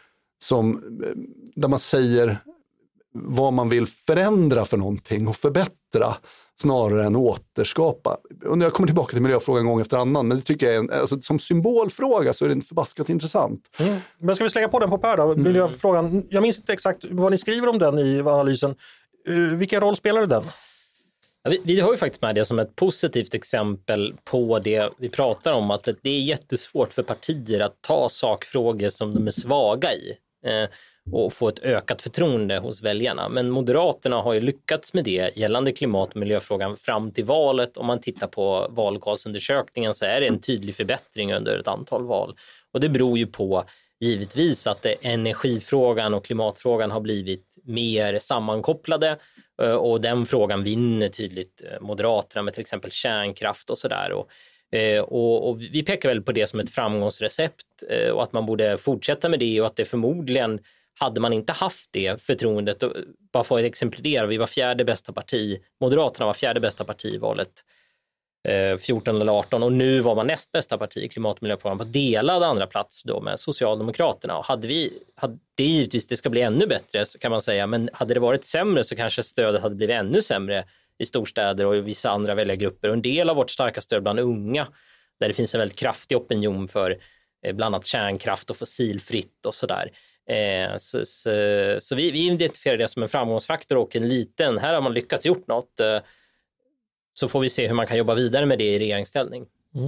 där man säger vad man vill förändra för någonting och förbättra snarare än återskapa. Och jag kommer tillbaka till miljöfrågan gång efter annan, men det tycker jag är som symbolfråga så är det förbaskat intressant. Men ska vi slänga på den på Per då? Miljöfrågan, jag minns inte exakt vad ni skriver om den i analysen. Vilken roll spelar den? Vi har ju faktiskt med det som ett positivt exempel på det vi pratar om, att det är jättesvårt för partier att ta sakfrågor som de är svaga i och få ett ökat förtroende hos väljarna. Men Moderaterna har ju lyckats med det gällande klimat- och miljöfrågan fram till valet. Om man tittar på vallokalsundersökningen så är det en tydlig förbättring under ett antal val. Och det beror ju på givetvis att energifrågan och klimatfrågan har blivit mer sammankopplade. Och den frågan vinner tydligt Moderaterna med till exempel kärnkraft och sådär. Och vi pekar väl på det som ett framgångsrecept och att man borde fortsätta med det, och att det förmodligen, hade man inte haft det förtroendet, bara för att exemplifiera, vi var fjärde bästa parti, Moderaterna var fjärde bästa parti i valet 14 eller 18, och nu var man näst bästa parti i klimat- och miljöprogram på delad andra plats då med Socialdemokraterna. Och hade det givetvis, det ska bli ännu bättre kan man säga, men hade det varit sämre så kanske stödet hade blivit ännu sämre i storstäder och i vissa andra väljargrupper. Och en del av vårt starka stöd bland unga, där det finns en väldigt kraftig opinion för bland annat kärnkraft och fossilfritt och sådär. Så vi identifierar det som en framgångsfaktor och en liten, här har man lyckats gjort något. Så får vi se hur man kan jobba vidare med det i regeringsställning.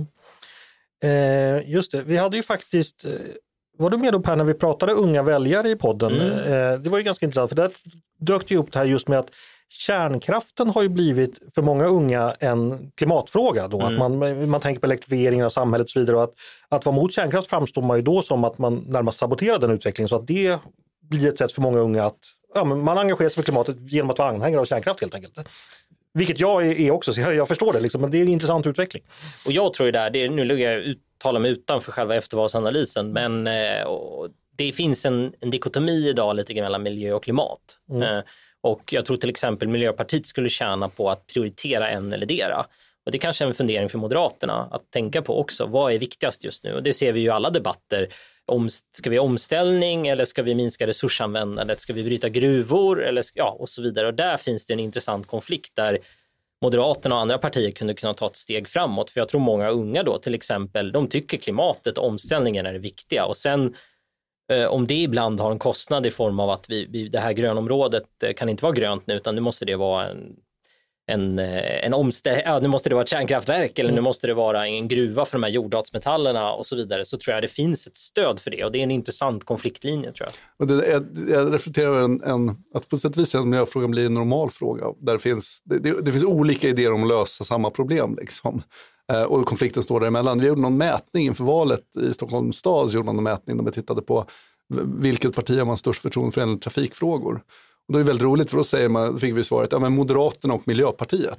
Just det, vi hade ju faktiskt, var du med då Per när vi pratade unga väljare i podden? Det var ju ganska intressant, för där dök det upp det här just med att kärnkraften har ju blivit för många unga en klimatfråga då, att man tänker på elektrifieringen av samhället och så vidare, och att vara mot kärnkraft framstår man ju då som att man närmast saboterar den utvecklingen, så att det blir ett sätt för många unga att man engagerar sig för klimatet genom att vara anhängare av kärnkraft helt enkelt. Vilket jag är också, så jag förstår det liksom, men det är en intressant utveckling. Och jag tror ju nu lägger jag uttala mig utanför själva eftervalsanalysen, men det finns en dikotomi idag lite grann mellan miljö och klimat. Och jag tror till exempel Miljöpartiet skulle tjäna på att prioritera en eller dera. Och det kanske är en fundering för Moderaterna att tänka på också. Vad är viktigast just nu? Och det ser vi ju i alla debatter. Ska vi ha omställning eller ska vi minska resursanvändandet? Ska vi bryta gruvor eller och så vidare? Och där finns det en intressant konflikt där Moderaterna och andra partier kunna ta ett steg framåt. För jag tror många unga då till exempel, de tycker klimatet och omställningen är det viktiga. Och sen om det ibland har en kostnad i form av att det här grönområdet kan inte vara grönt nu, utan nu måste det vara nu måste det vara ett kärnkraftverk eller nu måste det vara en gruva för de här jordartsmetallerna och så vidare, så tror jag det finns ett stöd för det och det är en intressant konfliktlinje tror jag. Och jag reflekterar att på sätt och vis en miljöfråga blir en normal fråga där det finns olika idéer om att lösa samma problem liksom. Och konflikten står däremellan. Vi gjorde någon mätning inför valet i Stockholms stad, så gjorde man en mätning där vi tittade på vilket parti har man störst förtroende för trafikfrågor. Och då är det väldigt roligt, för då fick vi svaret, men Moderaterna och Miljöpartiet.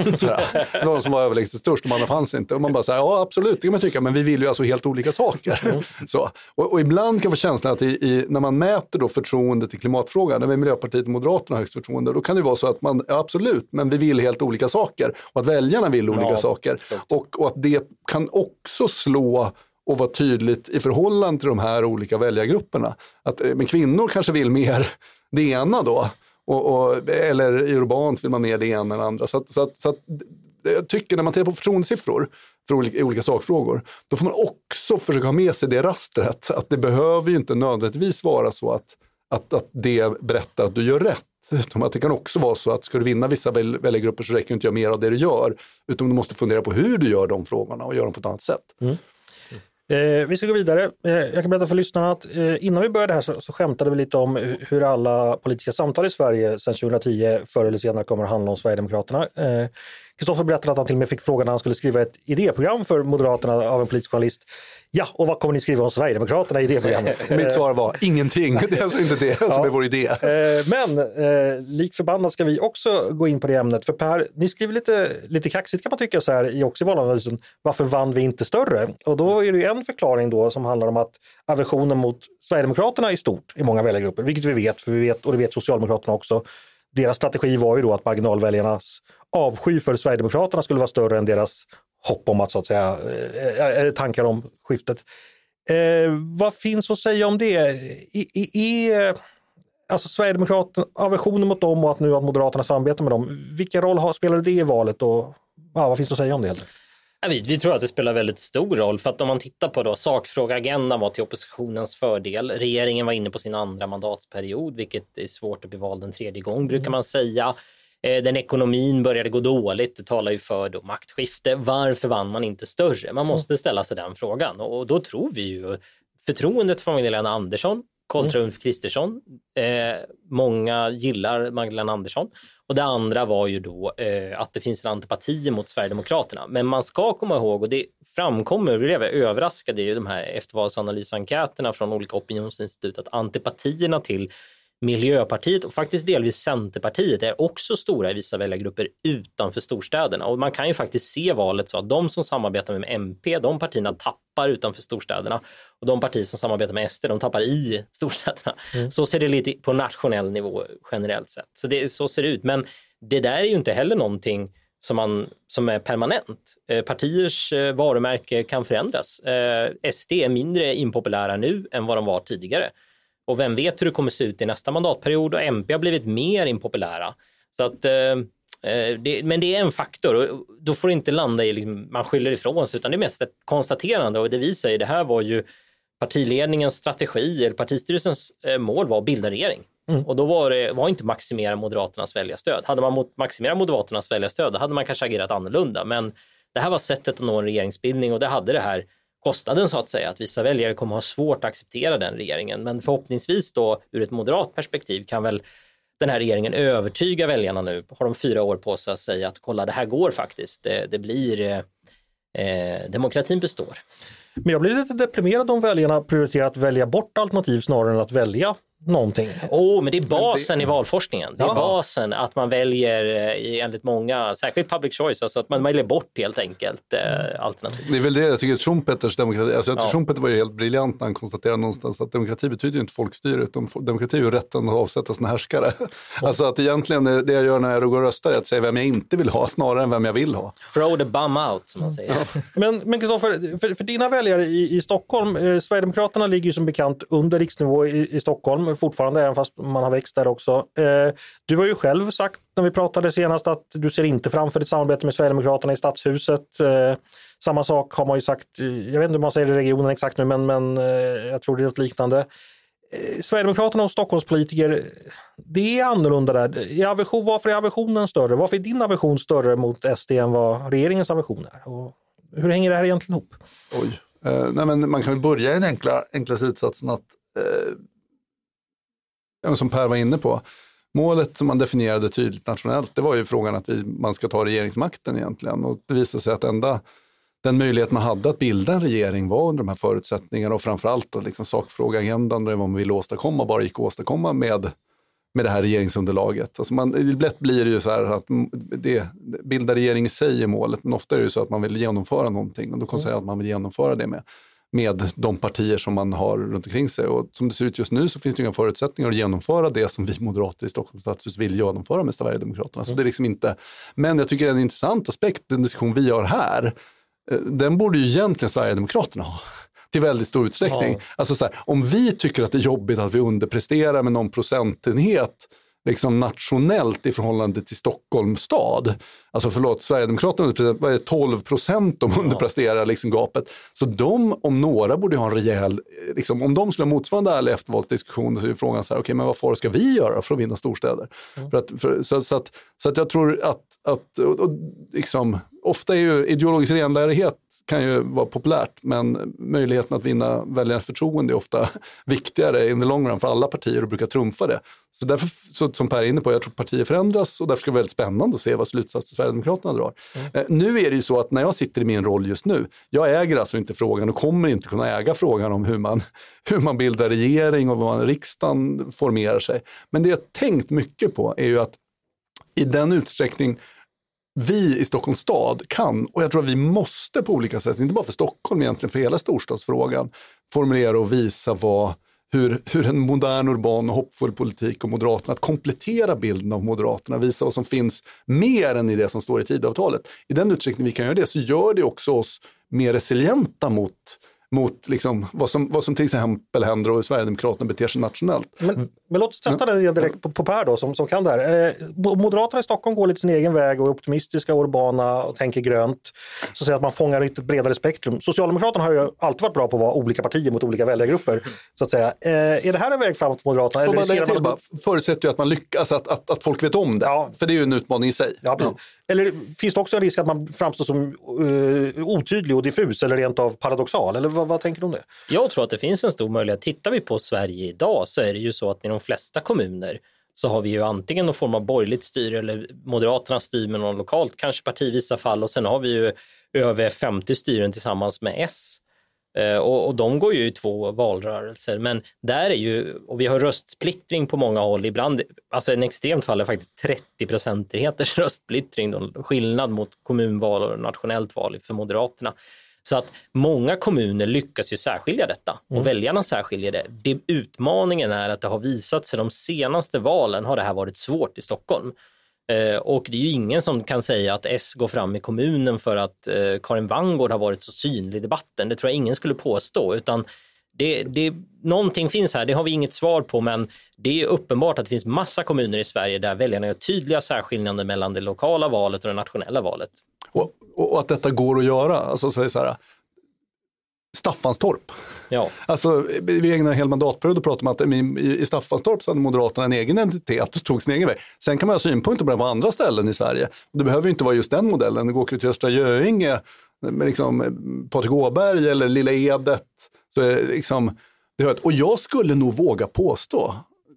De som var överlägset störst, de andra fanns inte. Och man bara säger, ja absolut, det kan man tycka, men vi vill ju alltså helt olika saker. Så. Och ibland kan man få känslan att när man mäter då förtroende till klimatfrågan, när Miljöpartiet och Moderaterna har högst förtroende, då kan det vara så att man, absolut, men vi vill helt olika saker. Och att väljarna vill olika saker. Och att det kan också slå och vara tydligt i förhållande till de här olika väljargrupperna. Men kvinnor kanske vill mer det ena då. Eller i urbant vill man mer det ena än andra. Så att jag tycker när man tittar på förtroendesiffror för olika sakfrågor, då får man också försöka ha med sig det rastret. Att det behöver ju inte nödvändigtvis vara så att det berättar att du gör rätt. Utan att det kan också vara så att ska du vinna vissa väljargrupper så räcker det inte att göra mer av det du gör. Utan du måste fundera på hur du gör de frågorna och göra dem på ett annat sätt. Vi ska gå vidare. Jag kan berätta för lyssnarna att innan vi började här så skämtade vi lite om hur alla politiska samtal i Sverige sedan 2010 förr eller senare kommer att handla om Sverigedemokraterna. Kristoffer berättade att han till och med fick frågan när han skulle skriva ett idéprogram för Moderaterna av en politisk journalist. Ja, och vad kommer ni skriva om Sverigedemokraterna i idéprogrammet? Mitt svar var ingenting. Det är alltså inte det som är vår idé. Men lik förbannat ska vi också gå in på det ämnet. För Per, ni skriver lite kaxigt kan man tycka så här i valanalysen. Varför vann vi inte större? Och då är det en förklaring då som handlar om att aversionen mot Sverigedemokraterna är stort i många väljargrupper. Vilket vi vet, och det vet Socialdemokraterna också. Deras strategi var ju då att marginalväljarnas avsky för Sverigedemokraterna skulle vara större än deras hopp om att så att säga, tankar om skiftet. Vad finns att säga om det? Alltså Sverigedemokraterna, aversionen mot dem och att nu att Moderaterna samarbetar med dem, vilken roll spelade det i valet och vad finns det att säga om det? Vi tror att det spelar väldigt stor roll, för att om man tittar på då, sakfrågeagendan var till oppositionens fördel. Regeringen var inne på sin andra mandatsperiod, vilket är svårt att bli vald en tredje gång brukar man säga. Den ekonomin började gå dåligt, det talar ju för då maktskifte. Varför vann man inte större? Man måste ställa sig den frågan. Och då tror vi ju förtroendet från Magdalena Andersson, kontra Ulf Kristersson. Många gillar Magdalena Andersson. Och det andra var ju då att det finns en antipati mot Sverigedemokraterna. Men man ska komma ihåg, och det framkommer, vi blev överraskade i de här eftervalsanalysenkäterna från olika opinionsinstitut, att antipatierna till Miljöpartiet och faktiskt delvis Centerpartiet är också stora i vissa väljargrupper utanför storstäderna. Och man kan ju faktiskt se valet så att de som samarbetar med MP, de partierna tappar utanför storstäderna. Och de partier som samarbetar med SD, de tappar i storstäderna. Så ser det lite på nationell nivå generellt sett. Så ser det ut. Men det där är ju inte heller någonting som är permanent. Partiers varumärke kan förändras. SD är mindre impopulära nu än vad de var tidigare. Och vem vet hur det kommer se ut i nästa mandatperiod, och MP har blivit mer impopulära. Så att, men det är en faktor, och då får det inte landa i man skyller ifrån sig, utan det är mest ett konstaterande. Och det vi säger, det här var ju partiledningens strategi, eller partistyrelsens mål var att bilda regering. Och då var inte maximera Moderaternas väljarstöd. Hade man maximerat Moderaternas väljarstöd, då hade man kanske agerat annorlunda. Men det här var sättet att nå en regeringsbildning, och det hade det här kostnaden så att säga, att vissa väljare kommer ha svårt att acceptera den regeringen. Men förhoppningsvis då ur ett moderat perspektiv kan väl den här regeringen övertyga väljarna nu. Har de 4 år på sig att säga att kolla, det här går faktiskt. Det blir demokratin består. Men jag blir lite deprimerad om väljarna prioriterar att välja bort alternativ snarare än att välja någonting. Men det är basen i valforskningen. Det är basen att man väljer enligt många, särskilt public choice, alltså att man väljer bort helt enkelt alternativ. Det är väl det jag tycker Schumpeters demokrati, alltså Schumpeter var ju helt briljant när han konstaterade någonstans att demokrati betyder ju inte folkstyre, utan demokrati är ju rätten att avsätta sina härskare. Alltså att egentligen det jag gör när jag går och röstar är att säga vem jag inte vill ha snarare än vem jag vill ha. Throw the bum out, som man säger. Men Kristoffer, för dina väljare i Stockholm, Sverigedemokraterna ligger ju som bekant under riksnivå i Stockholm fortfarande, även fast man har växt där också. Du har ju själv sagt när vi pratade senast att du ser inte framför ett samarbete med Sverigedemokraterna i Stadshuset. Samma sak har man ju sagt, jag vet inte hur man säger i regionen exakt nu, men jag tror det är något liknande. Sverigedemokraterna och Stockholmspolitiker, det är annorlunda där. Varför är aversionen större? Varför är din aversion större mot SD än vad regeringens aversion är? Och hur hänger det här egentligen ihop? Nej, men man kan väl börja i den enkla slutsatsen att som Per var inne på, målet som man definierade tydligt nationellt, det var ju frågan att man ska ta regeringsmakten egentligen. Och det visade sig att den möjlighet man hade att bilda en regering var under de här förutsättningarna, och framförallt att liksom sakfrågeagendan och vad man vill åstadkomma bara gick att åstadkomma med det här regeringsunderlaget. Alltså lätt blir det ju så här att bilda regering i sig är målet, men ofta är det ju så att man vill genomföra någonting, och då kan man säga att man vill genomföra det med de partier som man har runt omkring sig. Och som det ser ut just nu så finns det inga förutsättningar att genomföra det som vi moderater i Stockholms stadshus vill genomföra med Sverigedemokraterna. Så det är liksom inte, men jag tycker det är en intressant aspekt, den diskussion vi har här, den borde ju egentligen Sverigedemokraterna ha till väldigt stor utsträckning. Ja. Alltså så här, om vi tycker att det är jobbigt att vi underpresterar med någon procentenhet liksom nationellt i förhållande till Stockholms stad. Alltså Sverigedemokraterna underpresterar 12% de underpresterar liksom gapet. Så de om några borde ha en rejäl, liksom, om de skulle ha motsvarande ärlig eftervalsdiskussion, så är frågan så här, okej, men vad får ska vi göra för att vinna storstäder? Så att jag tror att liksom, ofta är ju ideologisk renlärighet kan ju vara populärt, men möjligheten att vinna väljarnas förtroende är ofta viktigare in the long run för alla partier och brukar trumfa det. Så därför, som Per är inne på, jag tror partier förändras, och därför ska det vara väldigt spännande att se vad slutsatser Sverigedemokraterna drar. Nu är det ju så att när jag sitter i min roll just nu, jag äger alltså inte frågan och kommer inte kunna äga frågan om hur man bildar regering och vad riksdagen formerar sig. Men det jag tänkt mycket på är ju att i den utsträckning vi i Stockholms stad kan, och jag tror att vi måste på olika sätt, inte bara för Stockholm egentligen, för hela storstadsfrågan, formulera och visa hur en modern, urban och hoppfull politik och Moderaterna, att komplettera bilden av Moderaterna, visa vad som finns mer än i det som står i Tidöavtalet. I den utsträckning vi kan göra det, så gör det också oss mer resilienta mot liksom vad som till exempel händer och hur Sverigedemokraterna beter sig nationellt. Men låt oss testa det direkt på Per då, som kan det här. Moderaterna i Stockholm går lite sin egen väg och är optimistiska, urbana och tänker grönt. Så säger att man fångar ett bredare spektrum. Socialdemokraterna har ju alltid varit bra på att vara olika partier mot olika väljargrupper, så att säga. Är det här en väg framåt för Moderaterna? Får man lägga till, förutsätter ju att man lyckas, att folk vet om det. Ja. För det är ju en utmaning i sig. Ja. Eller finns det också en risk att man framstår som otydlig och diffus eller rent av paradoxal? Eller vad tänker du om det? Jag tror att det finns en stor möjlighet. Tittar vi på Sverige idag, så är det ju så att i de flesta kommuner så har vi ju antingen någon form av borgerligt styre, eller Moderaterna styr med någon lokalt, kanske partivisa fall, och sen har vi ju över 50 styren tillsammans med S. Och de går ju i 2 valrörelser, men där är ju, och vi har röstsplittring på många håll, ibland, alltså en extremt fall är faktiskt 30% röstsplittring, skillnad mot kommunval och nationellt val för Moderaterna. Så att många kommuner lyckas ju särskilja detta, och väljarna särskiljer det. Utmaningen är att det har visat sig de senaste valen har det här varit svårt i Stockholm. Och det är ju ingen som kan säga att S går fram i kommunen för att Karin Vangård har varit så synlig i debatten. Det tror jag ingen skulle påstå, utan någonting finns här, det har vi inget svar på, men det är uppenbart att det finns massa kommuner i Sverige där väljarna gör tydliga särskillnader mellan det lokala valet och det nationella valet. Och att detta går att göra, alltså så här, Staffanstorp. Ja. Alltså vi ägnade en hel mandatperiod och pratade om att i Staffanstorp så hade Moderaterna en egen identitet och tog sin egen väg. Sen kan man ha synpunkter på det på andra ställen i Sverige. Och det behöver ju inte vara just den modellen. Det går till Östra Göinge med liksom Patrik Åberg eller Lilla Edet. Så är det liksom, och jag skulle nog våga påstå,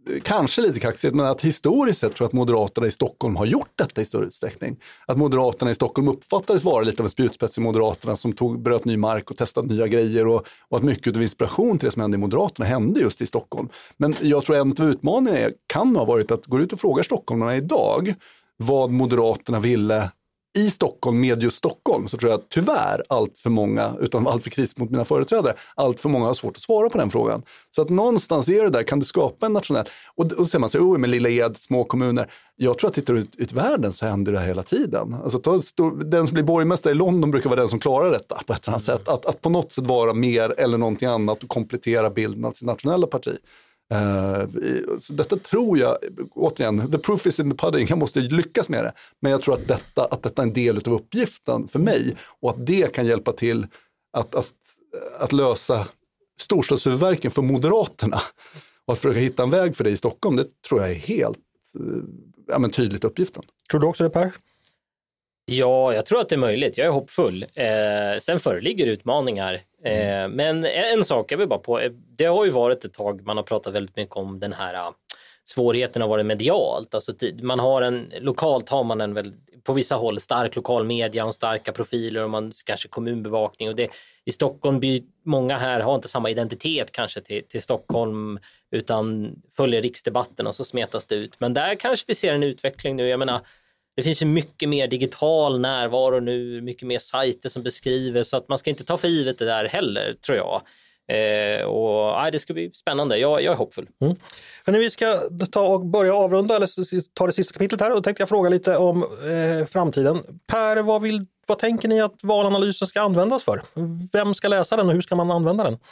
kanske lite kaxigt, men att historiskt sett tror jag att Moderaterna i Stockholm har gjort detta i större utsträckning. Att Moderaterna i Stockholm uppfattades vara lite av en spjutspets i Moderaterna som bröt ny mark och testade nya grejer och att mycket av inspiration till det som hände i Moderaterna hände just i Stockholm. Men jag tror en av utmaningarna kan ha varit att gå ut och fråga stockholmarna idag vad Moderaterna ville i Stockholm med just Stockholm, så tror jag att tyvärr allt för många, utan allt för kritiskt mot mina företrädare, allt för många har svårt att svara på den frågan. Så att någonstans är det där, kan du skapa en nationell, och så säger man sig, men Lilla Ed, små kommuner. Jag tror att tittar ut i världen så händer det här hela tiden. Alltså den som blir borgmästare i London brukar vara den som klarar detta på ett eller annat sätt. Att på något sätt vara mer eller någonting annat och komplettera bilden av sin nationella parti. Så detta tror jag, återigen, the proof is in the pudding, jag måste lyckas med det, men jag tror att detta är en del av uppgiften för mig och att det kan hjälpa till att lösa storstadshuvudvärken för Moderaterna och att försöka hitta en väg för det i Stockholm, det tror jag är helt tydligt uppgiften. Tror du också det, Per? Ja, jag tror att det är möjligt. Jag är hoppfull. Sen föreligger utmaningar. Men en sak jag vill bara på, det har ju varit ett tag man har pratat väldigt mycket om den här svårigheten har varit medialt. Alltså man har lokalt har man en på vissa håll stark lokal media och starka profiler och man kanske kommunbevakning och det i Stockholm många här har inte samma identitet kanske till Stockholm utan följer riksdebatten och så smetas det ut. Men där kanske vi ser en utveckling nu. Jag menar, det finns ju mycket mer digital närvaro nu, mycket mer sajter som beskriver, så att man ska inte ta för givet det där heller, tror jag. Det ska bli spännande. Jag är hoppfull. Men när vi ska börja avrunda eller ta det sista kapitlet här, då tänkte jag fråga lite om framtiden. Per, vad tänker ni att valanalysen ska användas för? Vem ska läsa den och hur ska man använda den?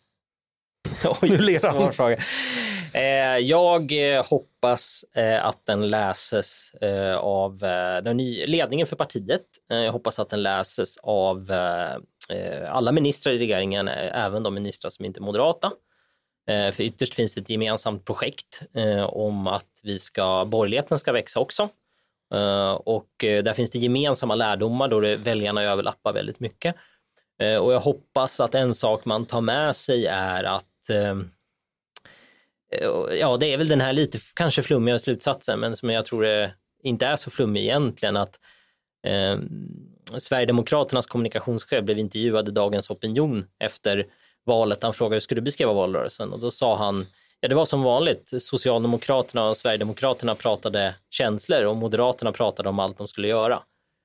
Svår fråga. Jag hoppas att den läses av ledningen för partiet. Jag hoppas att den läses av alla ministrar i regeringen, även de ministrar som inte är moderata. För ytterst finns det ett gemensamt projekt om att borgerligheten ska växa också. Och där finns det gemensamma lärdomar då väljarna överlappar väldigt mycket. Och jag hoppas att en sak man tar med sig är att det är väl den här lite kanske flummiga slutsatsen, men som jag tror inte är så flummig egentligen, att Sverigedemokraternas kommunikationschef blev intervjuad i Dagens Opinion efter valet. Han frågade hur skulle du beskriva valrörelsen? Och då sa han, det var som vanligt. Socialdemokraterna och Sverigedemokraterna pratade känslor och Moderaterna pratade om allt de skulle göra.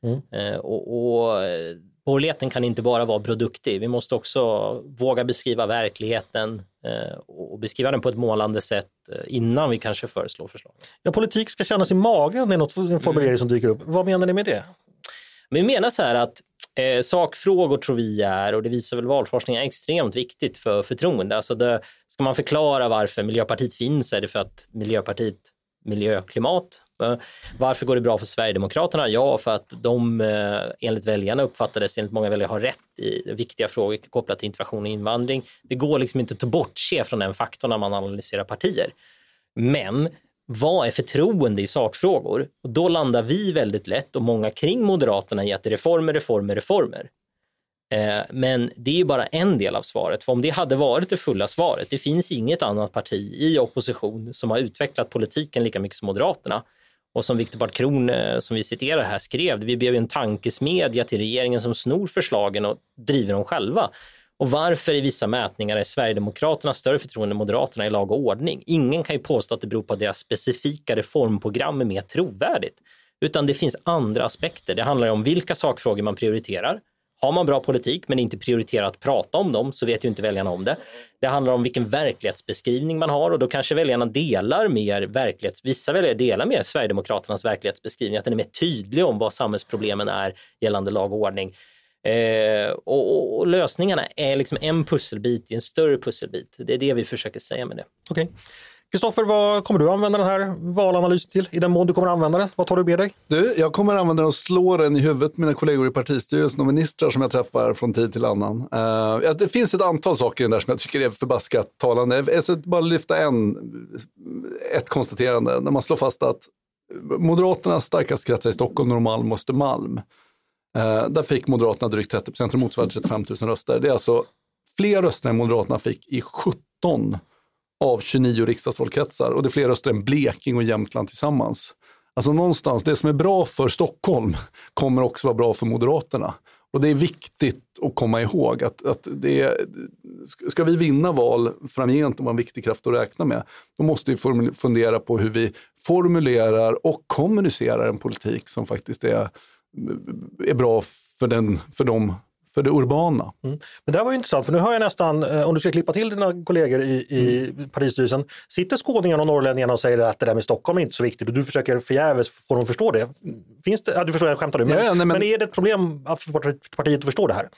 Borgerligheten kan inte bara vara produktiv. Vi måste också våga beskriva verkligheten och beskriva den på ett målande sätt innan vi kanske föreslår förslag. Ja, politik ska kännas i magen, det är en formulering som dyker upp. Vad menar ni med det? Vi menar så här att sakfrågor tror vi och det visar väl valforskningen, är extremt viktigt för förtroende. Alltså ska man förklara varför Miljöpartiet finns, är det för att Miljöpartiet miljöklimat. Varför går det bra för Sverigedemokraterna? Ja, för att de enligt väljarna uppfattades, enligt många väljare, har rätt i viktiga frågor kopplat till integration och invandring. Det går liksom inte att bortse från den faktorn när man analyserar partier. Men vad är förtroende i sakfrågor? Och då landar vi väldigt lätt och många kring Moderaterna i att det är reformer. Men det är ju bara en del av svaret. För om det hade varit det fulla svaret, det finns inget annat parti i opposition som har utvecklat politiken lika mycket som Moderaterna. Och som Viktor Bartkron, som vi citerar här, skrev, vi blev en tankesmedja till regeringen som snor förslagen och driver dem själva. Och varför i vissa mätningar är Sverigedemokraterna större förtroende än Moderaterna i lag och ordning? Ingen kan ju påstå att det beror på att deras specifika reformprogram är mer trovärdigt. Utan det finns andra aspekter. Det handlar om vilka sakfrågor man prioriterar. Har man bra politik men inte prioriterat att prata om dem, så vet ju inte väljarna om det. Det handlar om vilken verklighetsbeskrivning man har, och då kanske väljarna delar mer vissa väljare delar mer Sverigedemokraternas verklighetsbeskrivning, att den är mer tydlig om vad samhällsproblemen är gällande lag och ordning. Och lösningarna är liksom en pusselbit i en större pusselbit. Det är det vi försöker säga med det. Okej. Kristoffer, vad kommer du använda den här valanalysen till? I den mån du kommer använda den? Vad tar du med dig? Jag kommer använda den och slå den i huvudet med mina kollegor i partistyrelsen och ministrar som jag träffar från tid till annan. Det finns ett antal saker i den där som jag tycker är förbaskat talande. Jag ska bara lyfta ett konstaterande. När man slår fast att Moderaternas starkast kretsar i Stockholm, Norrmalm och Östermalm. Där fick Moderaterna drygt 30% och motsvarande 35 000 röster. Det är alltså fler röster än Moderaterna fick i 17 av 29 riksdagsvalkretsar och det är fler röster än Blekinge och Jämtland tillsammans. Alltså någonstans, det som är bra för Stockholm kommer också vara bra för Moderaterna. Och det är viktigt att komma ihåg att ska vi vinna val framgent och vara en viktig kraft att räkna med, då måste vi fundera på hur vi formulerar och kommunicerar en politik som faktiskt är bra för det urbana. Men det här var ju intressant, för nu hör jag nästan, om du ska klippa till dina kollegor i partistyrelsen, sitter skåningarna och norrlänningarna och säger att det där med Stockholm är inte så viktigt och du försöker förgäves få dem att förstå det. Finns det, du förstår, jag skämtar nu, men är det ett problem för partiet att förstå det här?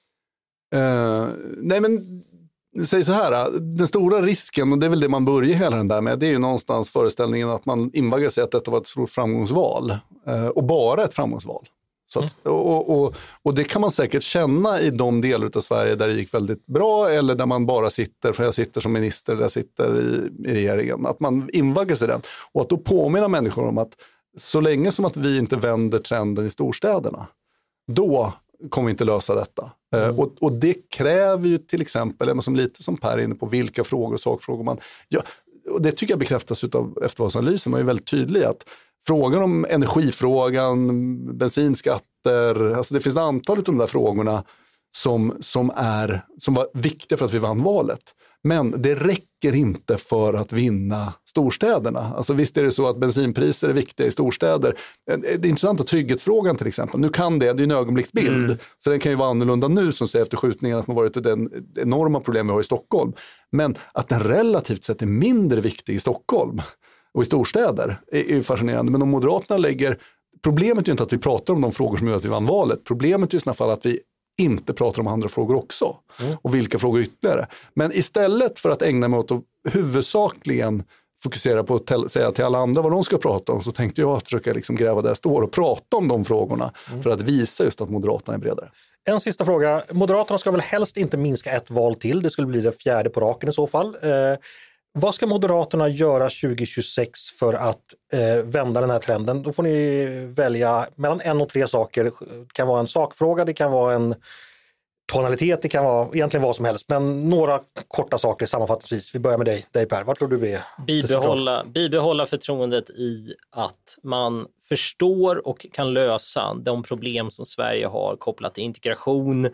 Nej, men säg så här, den stora risken, och det är väl det man börjar hela den där med, det är ju någonstans föreställningen att man invaggar sig att detta var ett stort framgångsval och bara ett framgångsval. Så att, och det kan man säkert känna i de delar av Sverige där det gick väldigt bra eller där man bara sitter, för jag sitter som minister eller jag sitter i regeringen, att man invaggar sig den. Och att då påminna människor om att så länge som att vi inte vänder trenden i storstäderna, då kommer vi inte lösa detta. Och det kräver ju till exempel, som lite som Per är inne på, vilka frågor och sakfrågor man... Ja, och det tycker jag bekräftas av eftervalsanalysen, man är väldigt tydlig att frågan om energifrågan, bensinskatter, alltså det finns ett antal av de där frågorna som var viktiga för att vi vann valet. Men det räcker inte för att vinna storstäderna. Alltså visst är det så att bensinpriser är viktiga i storstäder. Det är intressant att trygghetsfrågan till exempel. Nu kan det är en ögonblicksbild. Så den kan ju vara annorlunda nu som säger efter skjutningen att man varit den enorma problem vi har i Stockholm. Men att den relativt sett är mindre viktig i Stockholm och i storstäder är fascinerande. Men om Moderaterna problemet är ju inte att vi pratar om de frågor som gör att vi vann valet. Problemet är i sådana fall att vi inte pratar om andra frågor också. Och vilka frågor ytterligare. Men istället för att ägna mig åt att huvudsakligen fokusera på att säga till alla andra vad de ska prata om, så tänkte jag att försöka liksom gräva där jag står och prata om de frågorna för att visa just att Moderaterna är bredare. En sista fråga. Moderaterna ska väl helst inte minska ett val till. Det skulle bli det 4:e på raken i så fall. Vad ska Moderaterna göra 2026 för att vända den här trenden? Då får ni välja mellan 1 och 3 saker. Det kan vara en sakfråga, det kan vara en tonalitet, det kan vara egentligen vad som helst. Men några korta saker sammanfattningsvis. Vi börjar med dig Per. Vad tror du är? Bibehålla förtroendet i att man förstår och kan lösa de problem som Sverige har kopplat till integration,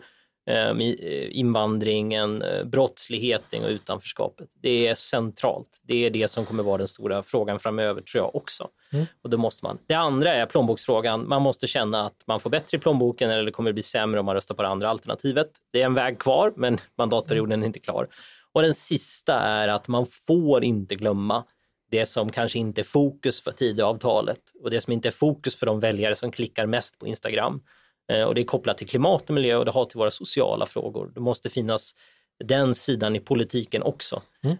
invandringen, brottsligheten och utanförskapet. Det är centralt. Det är det som kommer vara den stora frågan framöver, tror jag också. Och då måste man. Det andra är plånboksfrågan. Man måste känna att man får bättre i plånboken eller det kommer bli sämre om man röstar på det andra alternativet. Det är en väg kvar, men mandatperioden är inte klar. Och den sista är att man får inte glömma det som kanske inte är fokus för Tidöavtalet och det som inte är fokus för de väljare som klickar mest på Instagram. Och det är kopplat till klimat och miljö och det har till våra sociala frågor. Det måste finnas den sidan i politiken också.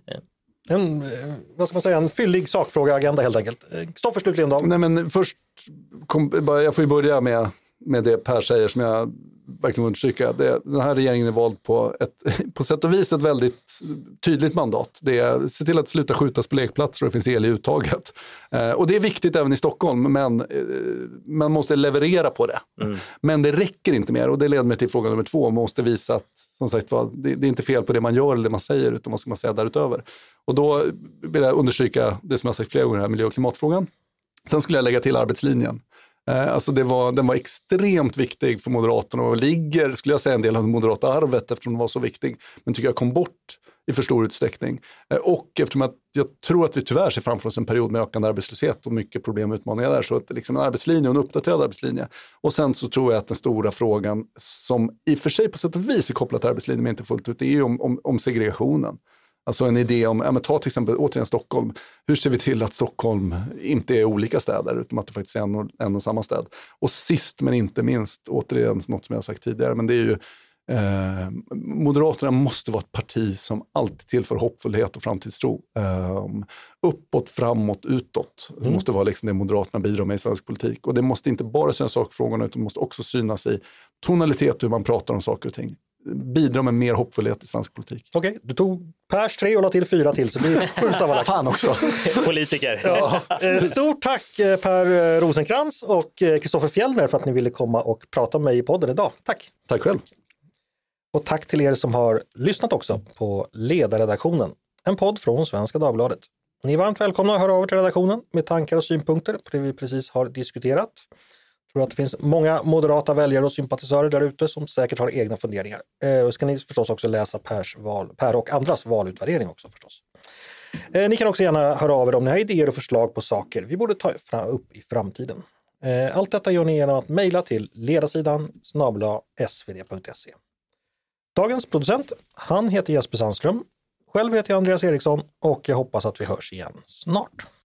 En fyllig sakfråga-agenda helt enkelt. Kristoffer, slutligen då? Nej, men först, jag får ju börja med det Per säger som jag verkligen understryka. Den här regeringen är vald på sätt och vis ett väldigt tydligt mandat. Det är se till att sluta skjutas på lekplatser och det finns el i uttaget. Och det är viktigt även i Stockholm, men man måste leverera på det. Men det räcker inte mer och det leder mig till fråga nummer 2. Man måste visa att som sagt, det är inte fel på det man gör eller det man säger, utan vad ska man säga därutöver. Och då vill jag understryka det som jag sagt flera gånger här, miljö- och klimatfrågan. Sen skulle jag lägga till arbetslinjen. Alltså den var extremt viktig för Moderaterna och ligger, skulle jag säga, en del av det moderata arvet eftersom den var så viktig. Men tycker jag kom bort i för stor utsträckning. Och eftersom att jag tror att vi tyvärr ser framför oss en period med ökande arbetslöshet och mycket problem och utmaningar där. Så att liksom en arbetslinje och en uppdaterad arbetslinje. Och sen så tror jag att den stora frågan som i och för sig på sätt och vis är kopplat till arbetslinjen men inte fullt ut, det är ju om segregationen. Alltså en idé om, ta till exempel återigen Stockholm. Hur ser vi till att Stockholm inte är olika städer utan att det faktiskt är en och samma städ. Och sist men inte minst, återigen något som jag har sagt tidigare, men det är ju Moderaterna måste vara ett parti som alltid tillför hoppfullhet och framtidstro. Uppåt, framåt, utåt. Det måste vara liksom det Moderaterna bidrar med i svensk politik. Och det måste inte bara synas sakfrågorna utan det måste också synas i tonalitet hur man pratar om saker och ting. Bidra med mer hoppfullhet i svensk politik. Okej, du tog Pers 3 och la till 4 till så det blir 7 sammanlagt. Fan också. Politiker. Ja. Stort tack Per Rosenkrantz och Kristoffer Fjellner för att ni ville komma och prata med mig i podden idag. Tack. Tack själv. Och tack till er som har lyssnat också på Ledarredaktionen. en podd från Svenska Dagbladet. Ni är varmt välkomna att höra av er till redaktionen med tankar och synpunkter på det vi precis har diskuterat. Jag tror att det finns många moderata väljare och sympatisörer där ute som säkert har egna funderingar. Och ska ni förstås också läsa Per och andras valutvärdering också förstås. Ni kan också gärna höra av er om ni har idéer och förslag på saker vi borde ta upp i framtiden. Allt detta gör ni genom att mejla till ledarsidan@svd.se. Dagens producent, han heter Jesper Sandström. Själv heter jag Andreas Eriksson och jag hoppas att vi hörs igen snart.